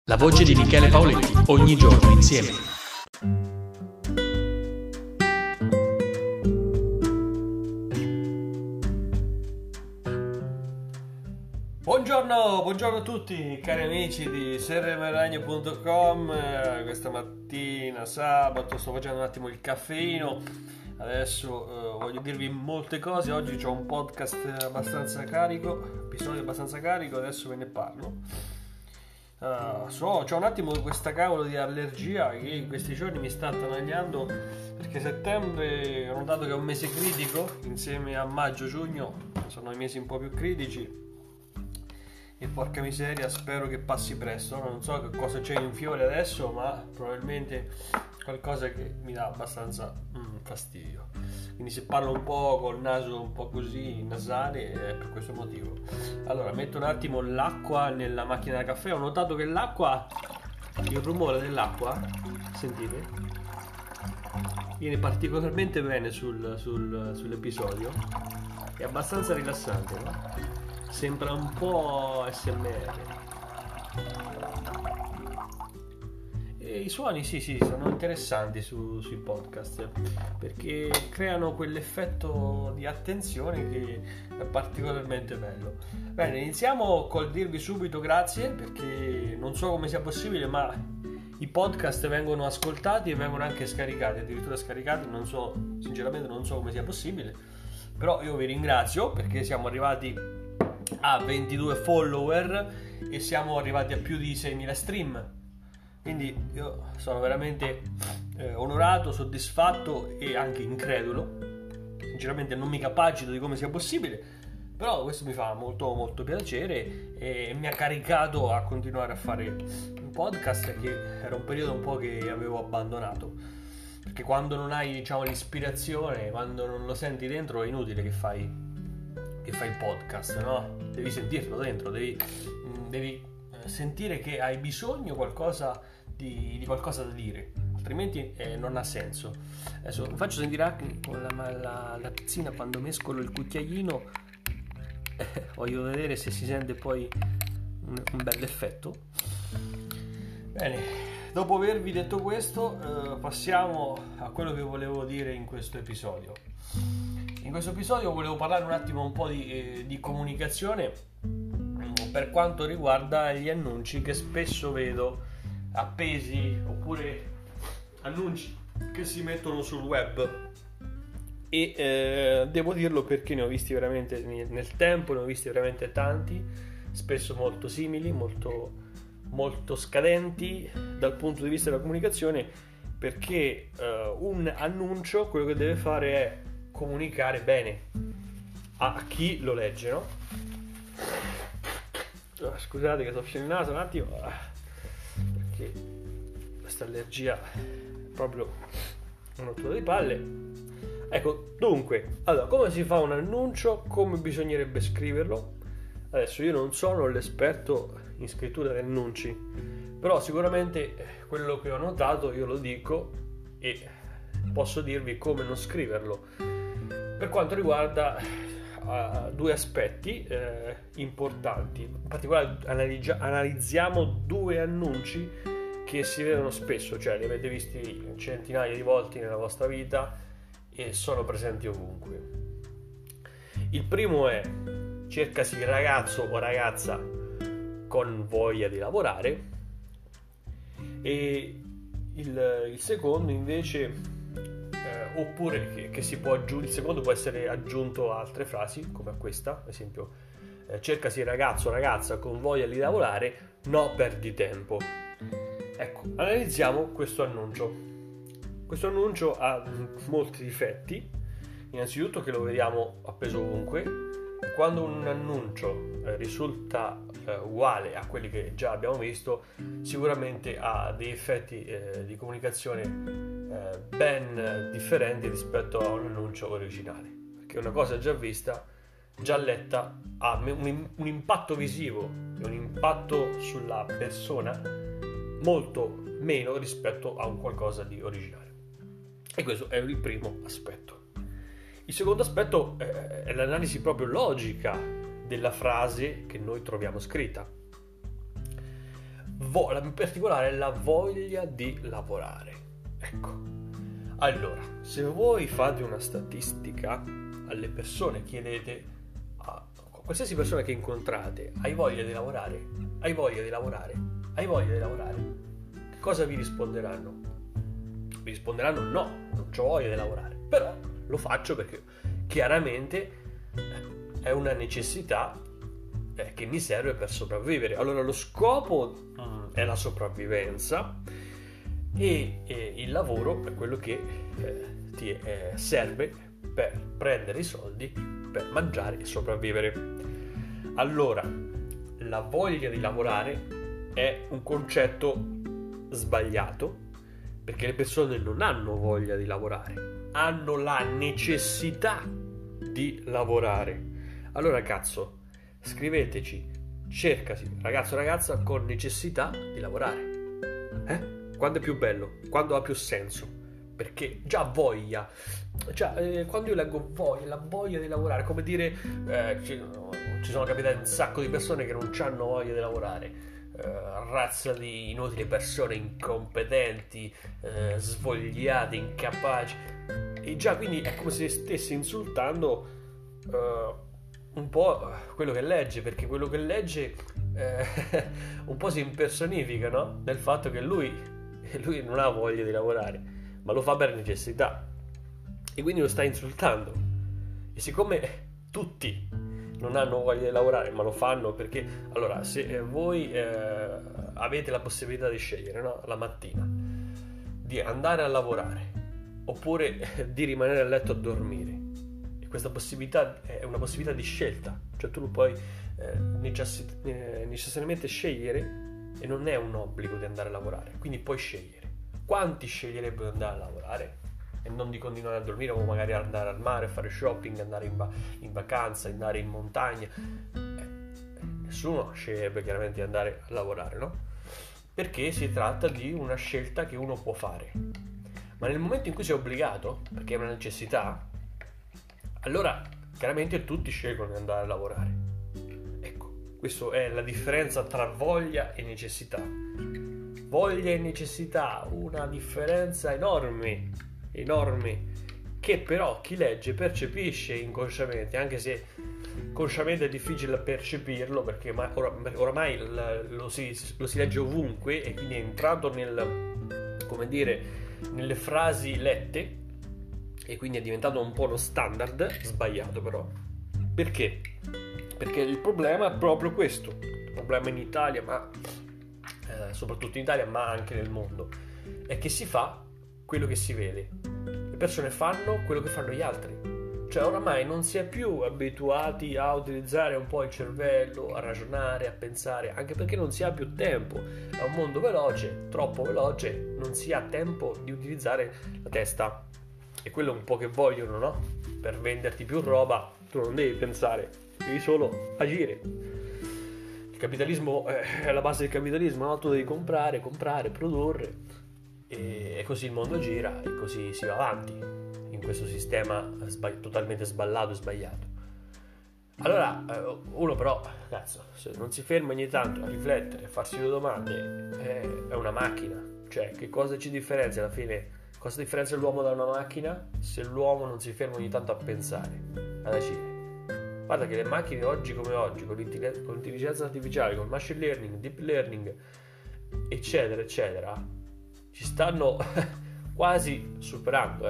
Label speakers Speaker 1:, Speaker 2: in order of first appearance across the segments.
Speaker 1: La voce di Michele Paoletti, ogni giorno insieme.
Speaker 2: Buongiorno a tutti cari amici di srmragno.com. Questa mattina, sabato, sto facendo un attimo il caffeino. Adesso voglio dirvi molte cose. Oggi ho un podcast abbastanza carico, episodio abbastanza carico, adesso ve ne parlo. C'ho un attimo questa cavolo di allergia che in questi giorni mi sta attanagliando, perché settembre ho notato che è un mese critico, insieme a maggio-giugno sono i mesi un po' più critici e porca miseria, spero che passi presto. Non so che cosa c'è in fiore adesso, ma probabilmente qualcosa che mi dà abbastanza fastidio, quindi se parlo un po' col naso un po' così nasale è per questo motivo. Allora metto un attimo l'acqua nella macchina da caffè. Ho notato che l'acqua, il rumore dell'acqua, sentite, viene particolarmente bene sull'episodio, è abbastanza rilassante, no? Sembra un po' ASMR. E i suoni sì, sono interessanti sui podcast, perché creano quell'effetto di attenzione che è particolarmente bello. Bene, iniziamo col dirvi subito grazie, perché non so come sia possibile, ma i podcast vengono ascoltati e vengono anche scaricati, addirittura scaricati. Sinceramente non so come sia possibile, però io vi ringrazio perché siamo arrivati a 22 follower e siamo arrivati a più di 6.000 stream. Quindi io sono veramente onorato, soddisfatto e anche incredulo. Sinceramente non mi capacito di come sia possibile, però questo mi fa molto molto piacere e mi ha caricato a continuare a fare un podcast, che era un periodo un po' che avevo abbandonato, perché quando non hai, diciamo, l'ispirazione, quando non lo senti dentro, è inutile che fai il podcast, no? Devi sentirlo dentro, devi sentire che hai bisogno di qualcosa da dire, altrimenti non ha senso. Adesso faccio sentire anche con la tazzina quando mescolo il cucchiaino. Voglio vedere se si sente poi un bel effetto. Bene, dopo avervi detto questo, passiamo a quello che volevo dire in questo episodio. In questo episodio volevo parlare un attimo un po' di comunicazione per quanto riguarda gli annunci che spesso vedo appesi, oppure annunci che si mettono sul web. E devo dirlo perché ne ho visti veramente nel tempo, ne ho visti veramente tanti, spesso molto simili, molto, molto scadenti dal punto di vista della comunicazione, perché un annuncio quello che deve fare è comunicare bene a chi lo legge, no? Scusate che sto facendo il naso un attimo, perché questa allergia è proprio un rottura di palle. Ecco, dunque, allora, come si fa un annuncio, come bisognerebbe scriverlo? Adesso io non sono l'esperto in scrittura di annunci, però sicuramente quello che ho notato io lo dico e posso dirvi come non scriverlo. Per quanto riguarda due aspetti importanti, in particolare analizziamo due annunci che si vedono spesso, cioè li avete visti centinaia di volte nella vostra vita e sono presenti ovunque. Il primo è: cercasi ragazzo o ragazza con voglia di lavorare, e il secondo invece oppure che si può aggiungere, il secondo può essere aggiunto a altre frasi come a questa, ad esempio cercasi ragazzo o ragazza con voglia di lavorare, no perdi tempo. Ecco, analizziamo questo annuncio. Questo annuncio ha molti difetti. Innanzitutto che lo vediamo appeso ovunque. Quando un annuncio risulta uguale a quelli che già abbiamo visto, sicuramente ha dei effetti di comunicazione ben differenti rispetto a un annuncio originale, perché una cosa già vista, già letta, ha un impatto visivo e un impatto sulla persona molto meno rispetto a un qualcosa di originale. E questo è il primo aspetto. Il secondo aspetto è l'analisi proprio logica della frase che noi troviamo scritta. in particolare la voglia di lavorare. Ecco, allora, se voi fate una statistica alle persone, chiedete a qualsiasi persona che incontrate: hai voglia di lavorare? Hai voglia di lavorare? Hai voglia di lavorare? Che cosa vi risponderanno? Vi risponderanno: no, non ho voglia di lavorare, però lo faccio perché chiaramente è una necessità che mi serve per sopravvivere. Allora lo scopo è la sopravvivenza e il lavoro è quello che ti serve per prendere i soldi per mangiare e sopravvivere. Allora, la voglia di lavorare è un concetto sbagliato, perché le persone non hanno voglia di lavorare, hanno la necessità di lavorare. Allora cazzo, scriveteci: cercasi ragazzo o ragazza con necessità di lavorare. Quando è più bello? Quando ha più senso? Perché già voglia, quando io leggo voglia, la voglia di lavorare, come dire, ci sono capitate un sacco di persone che non hanno voglia di lavorare, razza di inutili persone incompetenti, svogliate, incapaci, e già quindi è come se stesse insultando un po' quello che legge, perché quello che legge un po' si impersonifica, no? Nel fatto che lui non ha voglia di lavorare, ma lo fa per necessità, e quindi lo sta insultando. E siccome tutti non hanno voglia di lavorare ma lo fanno perché, allora, se voi avete la possibilità di scegliere, no? La mattina di andare a lavorare oppure di rimanere a letto a dormire, e questa possibilità è una possibilità di scelta, cioè tu lo puoi necessariamente scegliere, e non è un obbligo di andare a lavorare, quindi puoi scegliere. Quanti sceglierebbero di andare a lavorare e non di continuare a dormire, o magari andare al mare, fare shopping, andare in vacanza, andare in montagna? Nessuno sceglierebbe chiaramente di andare a lavorare, no? Perché si tratta di una scelta che uno può fare. Ma nel momento in cui sei obbligato, perché è una necessità, allora chiaramente tutti scelgono di andare a lavorare. Ecco, questa è la differenza tra voglia e necessità. Voglia e necessità, una differenza enorme, che però chi legge percepisce inconsciamente, anche se consciamente è difficile percepirlo, perché oramai lo si legge ovunque, e quindi è entrato nelle frasi lette, e quindi è diventato un po' uno standard sbagliato. Però perché? Perché il problema è proprio questo, il problema in Italia, ma soprattutto in Italia, ma anche nel mondo, è che si fa quello che si vede. Le persone fanno quello che fanno gli altri, cioè oramai non si è più abituati a utilizzare un po' il cervello, a ragionare, a pensare, anche perché non si ha più tempo. È un mondo veloce, troppo veloce, non si ha tempo di utilizzare la testa. E quello è un po' che vogliono, no? Per venderti più roba tu non devi pensare, devi solo agire. Il capitalismo è la base del capitalismo, no? Tu devi comprare, produrre, e così il mondo gira, e così si va avanti in questo sistema totalmente sballato e sbagliato. Allora uno però, cazzo, se non si ferma ogni tanto a riflettere, a farsi due domande, è una macchina. Cioè, che cosa ci differenzia alla fine? Cosa differenzia l'uomo da una macchina se l'uomo non si ferma ogni tanto a pensare, ad agire? Guarda che le macchine oggi come oggi, con l'intelligenza artificiale, con il machine learning, deep learning, eccetera eccetera, ci stanno quasi superando,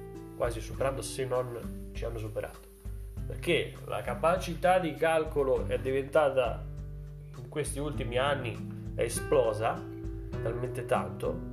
Speaker 2: se non ci hanno superato, perché la capacità di calcolo è diventata, in questi ultimi anni, è esplosa talmente tanto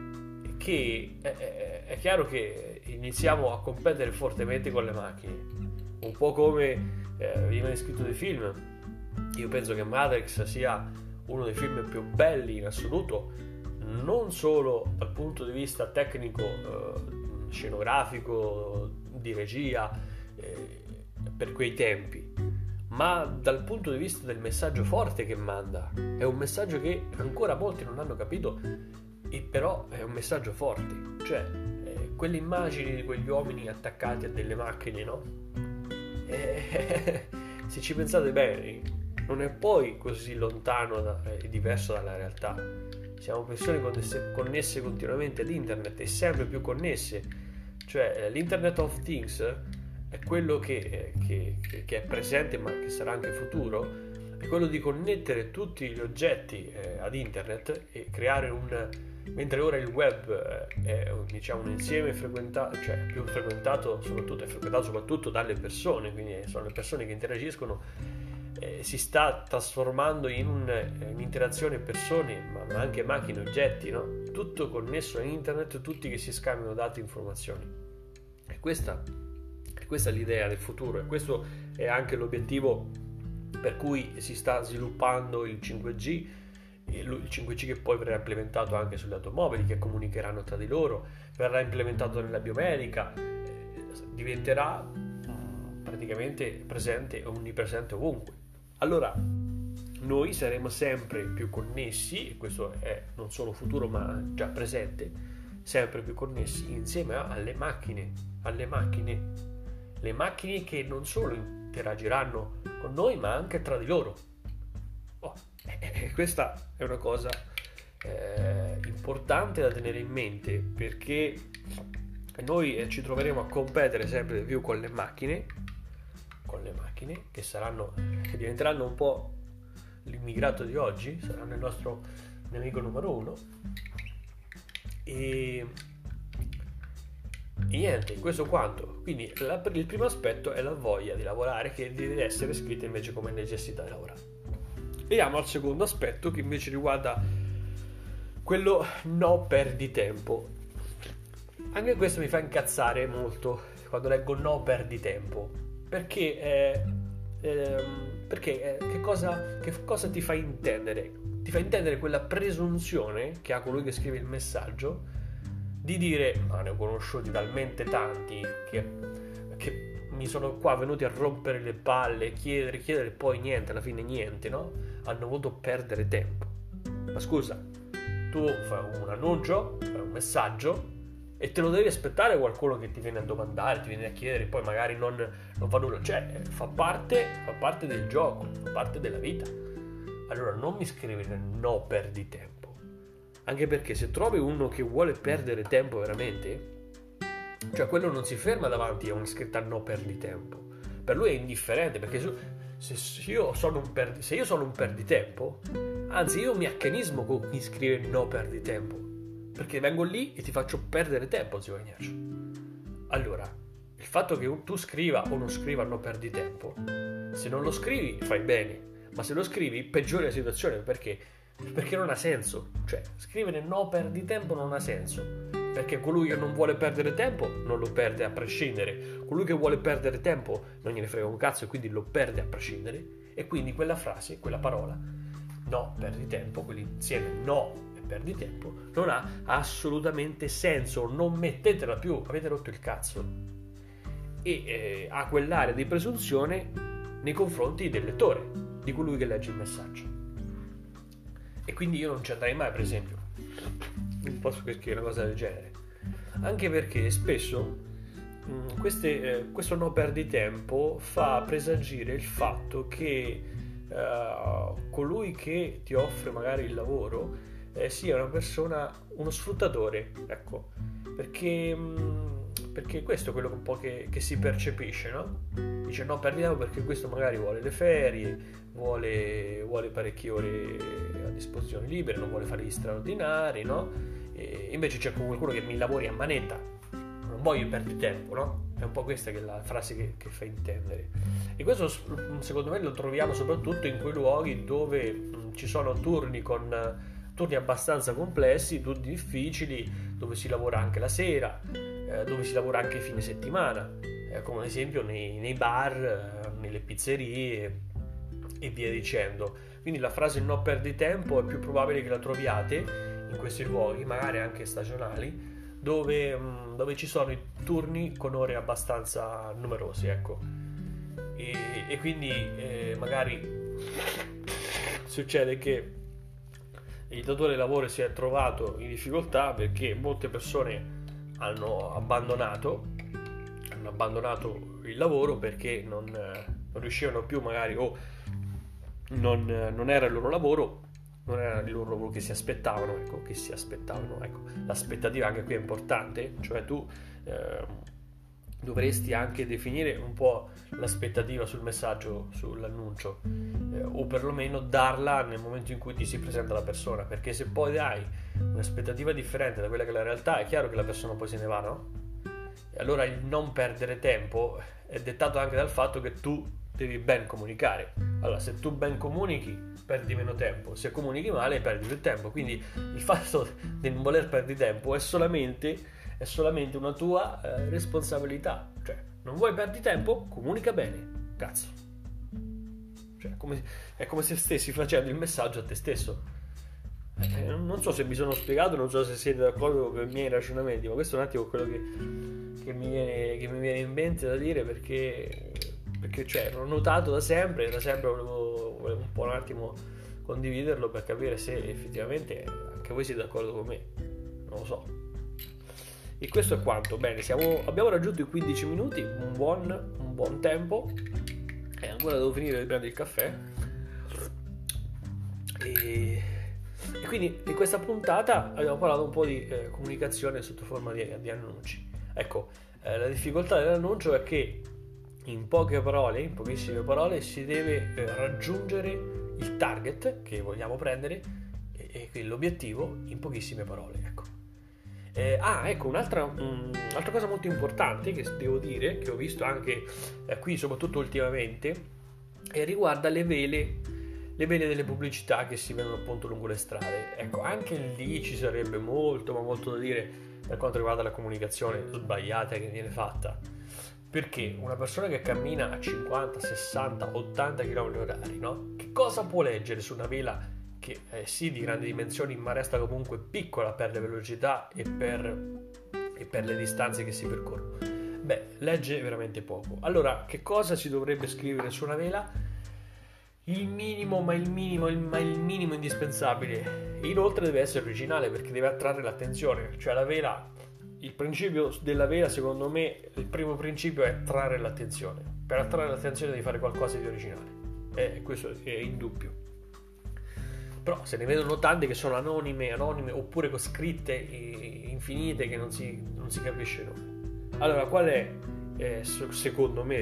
Speaker 2: che è chiaro che iniziamo a competere fortemente con le macchine, un po' come viene descritto dei film. Io penso che Matrix sia uno dei film più belli in assoluto, non solo dal punto di vista tecnico, scenografico, di regia, per quei tempi, ma dal punto di vista del messaggio forte che manda. È un messaggio che ancora molti non hanno capito, e però è un messaggio forte. Cioè, quelle immagini di quegli uomini attaccati a delle macchine, no? Se ci pensate bene, non è poi così lontano e diverso dalla realtà. Siamo persone connesse continuamente ad internet e sempre più connesse, cioè l'Internet of Things è quello che è presente, ma che sarà anche futuro, è quello di connettere tutti gli oggetti ad internet e creare mentre ora il web è diciamo un insieme frequentato, cioè più frequentato soprattutto, è frequentato soprattutto dalle persone, quindi sono le persone che interagiscono, si sta trasformando in un'interazione persone, ma anche macchine, oggetti, no? Tutto connesso a internet, tutti che si scambiano dati e informazioni. E questa è l'idea del futuro, e questo è anche l'obiettivo per cui si sta sviluppando il 5G, il 5G che poi verrà implementato anche sulle automobili che comunicheranno tra di loro, verrà implementato nella biomedica, diventerà praticamente presente, onnipresente ovunque. Allora noi saremo sempre più connessi, e questo è non solo futuro ma già presente, sempre più connessi insieme alle macchine, le macchine che non solo interagiranno con noi ma anche tra di loro. Questa è una cosa importante da tenere in mente, perché noi ci troveremo a competere sempre di più con le macchine che diventeranno un po' l'immigrato di oggi, saranno il nostro nemico numero uno. E niente, questo quanto. Quindi il primo aspetto è la voglia di lavorare, che deve essere scritta invece come necessità di lavorare. Vediamo al secondo aspetto, che invece riguarda quello no perdi tempo. Anche questo mi fa incazzare molto quando leggo no perdi tempo, perché che cosa ti fa intendere? Ti fa intendere quella presunzione che ha colui che scrive il messaggio di dire: ma ne ho conosciuti talmente tanti che mi sono qua venuti a rompere le palle, chiedere e poi niente, alla fine niente, no? Hanno voluto perdere tempo. Ma scusa, tu fai un annuncio, fai un messaggio e te lo devi aspettare qualcuno che ti viene a domandare, ti viene a chiedere, poi magari non fa nulla. Cioè fa parte del gioco, fa parte della vita. Allora non mi scrivere no perdi tempo, anche perché se trovi uno che vuole perdere tempo veramente, cioè quello non si ferma davanti a una scritta no perdi tempo, per lui è indifferente, perché se io sono un perditempo, anzi io mi accanismo con chi scrive no perdi tempo, perché vengo lì e ti faccio perdere tempo, zio Ignazio. Allora, il fatto che tu scriva o non scriva no perdi tempo, se non lo scrivi fai bene, ma se lo scrivi peggiori la situazione, perché non ha senso. Cioè scrivere no perdi tempo non ha senso, perché colui che non vuole perdere tempo non lo perde a prescindere, colui che vuole perdere tempo non gliene frega un cazzo e quindi lo perde a prescindere. E quindi quella frase, quella parola no perdi tempo, quell'insieme no e perdi tempo non ha assolutamente senso, non mettetela più, avete rotto il cazzo. E ha quell'area di presunzione nei confronti del lettore, di colui che legge il messaggio. E quindi io non ci andrei mai, per esempio, non posso scrivere una cosa del genere, anche perché spesso questo no perdi tempo fa presagire il fatto che colui che ti offre magari il lavoro sia una persona, uno sfruttatore, ecco, perché questo è quello un po' che si percepisce, no? Dice no perdi tempo perché questo magari vuole le ferie, vuole parecchie ore a disposizione libere, non vuole fare gli straordinari, no? E invece c'è qualcuno che mi lavori a manetta, non voglio perdi tempo, no? È un po' questa che è la frase che fa intendere. E questo secondo me lo troviamo soprattutto in quei luoghi dove ci sono turni abbastanza complessi, turni difficili, dove si lavora anche la sera, dove si lavora anche fine settimana, come ad esempio nei bar, nelle pizzerie e via dicendo. Quindi la frase no perdi tempo è più probabile che la troviate in questi luoghi, magari anche stagionali, dove ci sono i turni con ore abbastanza numerose, ecco. E quindi magari succede che il datore di lavoro si è trovato in difficoltà perché molte persone hanno abbandonato il lavoro perché non riuscivano più magari o non era il loro lavoro, non era il loro lavoro che si aspettavano, ecco. L'aspettativa anche qui è importante, cioè tu dovresti anche definire un po' l'aspettativa sul messaggio, sull'annuncio, o perlomeno darla nel momento in cui ti si presenta la persona, perché se poi hai un'aspettativa differente da quella che è la realtà, è chiaro che la persona poi se ne va, no? E allora il non perdere tempo è dettato anche dal fatto che tu devi ben comunicare. Allora, se tu ben comunichi, perdi meno tempo; se comunichi male, perdi più tempo. Quindi il fatto di non voler perdere tempo è solamente una tua responsabilità. Cioè, non vuoi perdere tempo? Comunica bene, cazzo. Cioè, è come se stessi facendo il messaggio a te stesso. Non so se mi sono spiegato, non so se siete d'accordo con i miei ragionamenti, ma questo è un attimo quello che mi viene in mente da dire, perché cioè, l'ho notato da sempre volevo un po' un attimo condividerlo per capire se effettivamente anche voi siete d'accordo con me. Non lo so. E questo è quanto. Bene, abbiamo raggiunto i 15 minuti, un buon tempo, e ancora devo finire di prendere il caffè. E quindi in questa puntata abbiamo parlato un po' di comunicazione sotto forma di annunci. Ecco, la difficoltà dell'annuncio è che in pochissime parole si deve raggiungere il target che vogliamo prendere e l'obiettivo in pochissime parole, ecco. Ecco, un'altra cosa molto importante che devo dire, che ho visto anche qui, soprattutto ultimamente, riguarda le vele delle pubblicità che si vedono appunto lungo le strade. Ecco, anche lì ci sarebbe molto, ma molto da dire per quanto riguarda la comunicazione sbagliata che viene fatta. Perché una persona che cammina a 50, 60, 80 km/h, no? Che cosa può leggere su una vela che sì di grandi dimensioni, ma resta comunque piccola per le velocità e per le distanze che si percorrono? Beh, legge veramente poco. Allora, che cosa si dovrebbe scrivere su una vela? Il minimo indispensabile. Inoltre deve essere originale, perché deve attrarre l'attenzione. Cioè la vela, il principio della vela, secondo me, il primo principio è attrarre l'attenzione. Per attrarre l'attenzione devi fare qualcosa di originale. Questo è indubbio. Però se ne vedono tante che sono anonime, oppure con scritte infinite che non si capisce nulla. Allora, qual è, secondo me,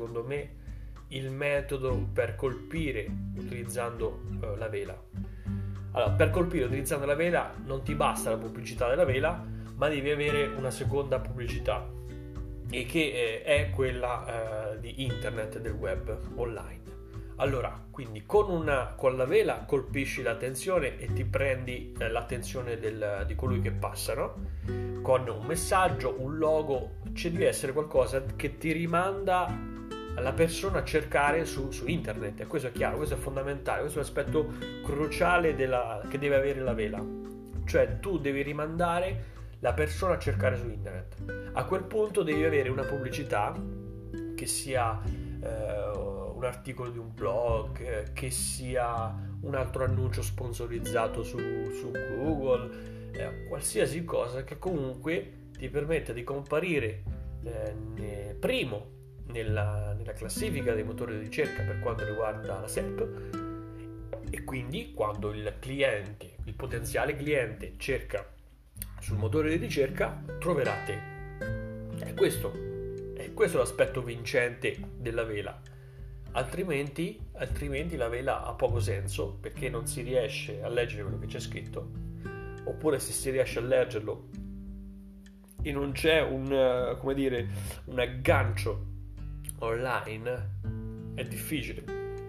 Speaker 2: il metodo per colpire utilizzando la vela? Allora, per colpire utilizzando la vela non ti basta la pubblicità della vela, ma devi avere una seconda pubblicità, e che è quella di internet, del web online. Allora, quindi con la vela colpisci l'attenzione e ti prendi l'attenzione di colui che passa, no? Con un messaggio, un logo, ci deve essere qualcosa che ti rimanda la persona a cercare su internet. E questo è chiaro, questo è fondamentale, questo è l'aspetto cruciale che deve avere la vela. Cioè tu devi rimandare la persona a cercare su internet. A quel punto devi avere una pubblicità che sia un articolo di un blog, che sia un altro annuncio sponsorizzato su Google, qualsiasi cosa che comunque ti permetta di comparire primo nella classifica dei motori di ricerca per quanto riguarda la SERP, e quindi quando il potenziale cliente cerca sul motore di ricerca troverà te. È questo l'aspetto vincente della vela. Altrimenti la vela ha poco senso, perché non si riesce a leggere quello che c'è scritto, oppure se si riesce a leggerlo e non c'è un aggancio online, è difficile.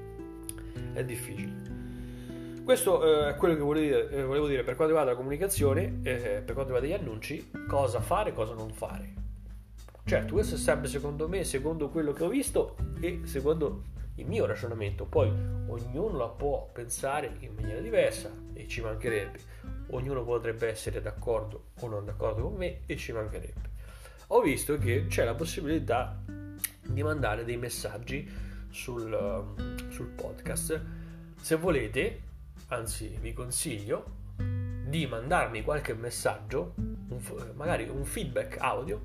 Speaker 2: Questo è quello che volevo dire per quanto riguarda la comunicazione, per quanto riguarda gli annunci, cosa fare, cosa non fare. Certo, questo è sempre secondo quello che ho visto e secondo il mio ragionamento. Poi ognuno la può pensare in maniera diversa, e ci mancherebbe. Ognuno potrebbe essere d'accordo o non d'accordo con me, e ci mancherebbe. Ho visto che c'è la possibilità di mandare dei messaggi sul podcast. Se volete, anzi vi consiglio di mandarmi qualche messaggio, magari un feedback audio,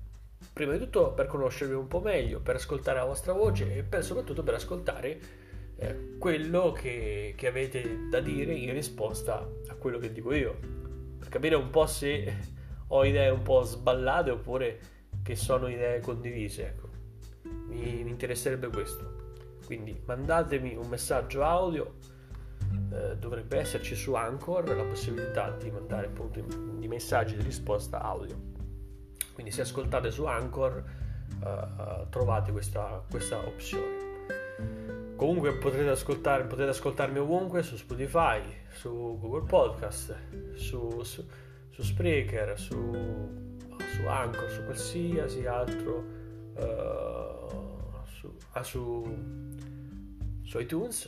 Speaker 2: prima di tutto per conoscervi un po' meglio, per ascoltare la vostra voce e soprattutto per ascoltare quello che avete da dire in risposta a quello che dico io, per capire un po' se ho idee un po' sballate oppure che sono idee condivise, ecco. Mi interesserebbe questo, quindi mandatemi un messaggio audio. Dovrebbe esserci su Anchor la possibilità di mandare appunto i messaggi di risposta audio, quindi se ascoltate su Anchor trovate questa opzione. Comunque potete ascoltarmi ovunque, su Spotify, su Google Podcast, su Spreaker, su Anchor, su qualsiasi altro, su iTunes,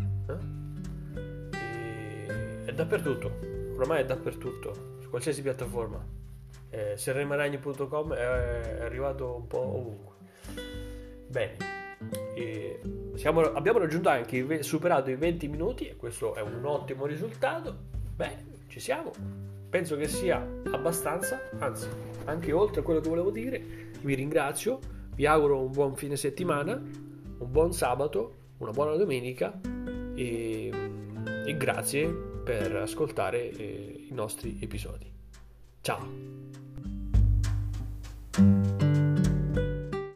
Speaker 2: è dappertutto, oramai è dappertutto, su qualsiasi piattaforma. Serremaragni.com è arrivato un po' ovunque. Bene, abbiamo raggiunto anche superato i 20 minuti e questo è un ottimo risultato. Ci siamo, penso che sia abbastanza, anzi anche oltre quello che volevo dire. Vi ringrazio, vi auguro un buon fine settimana, un buon sabato, una buona domenica e grazie per ascoltare i nostri episodi. Ciao.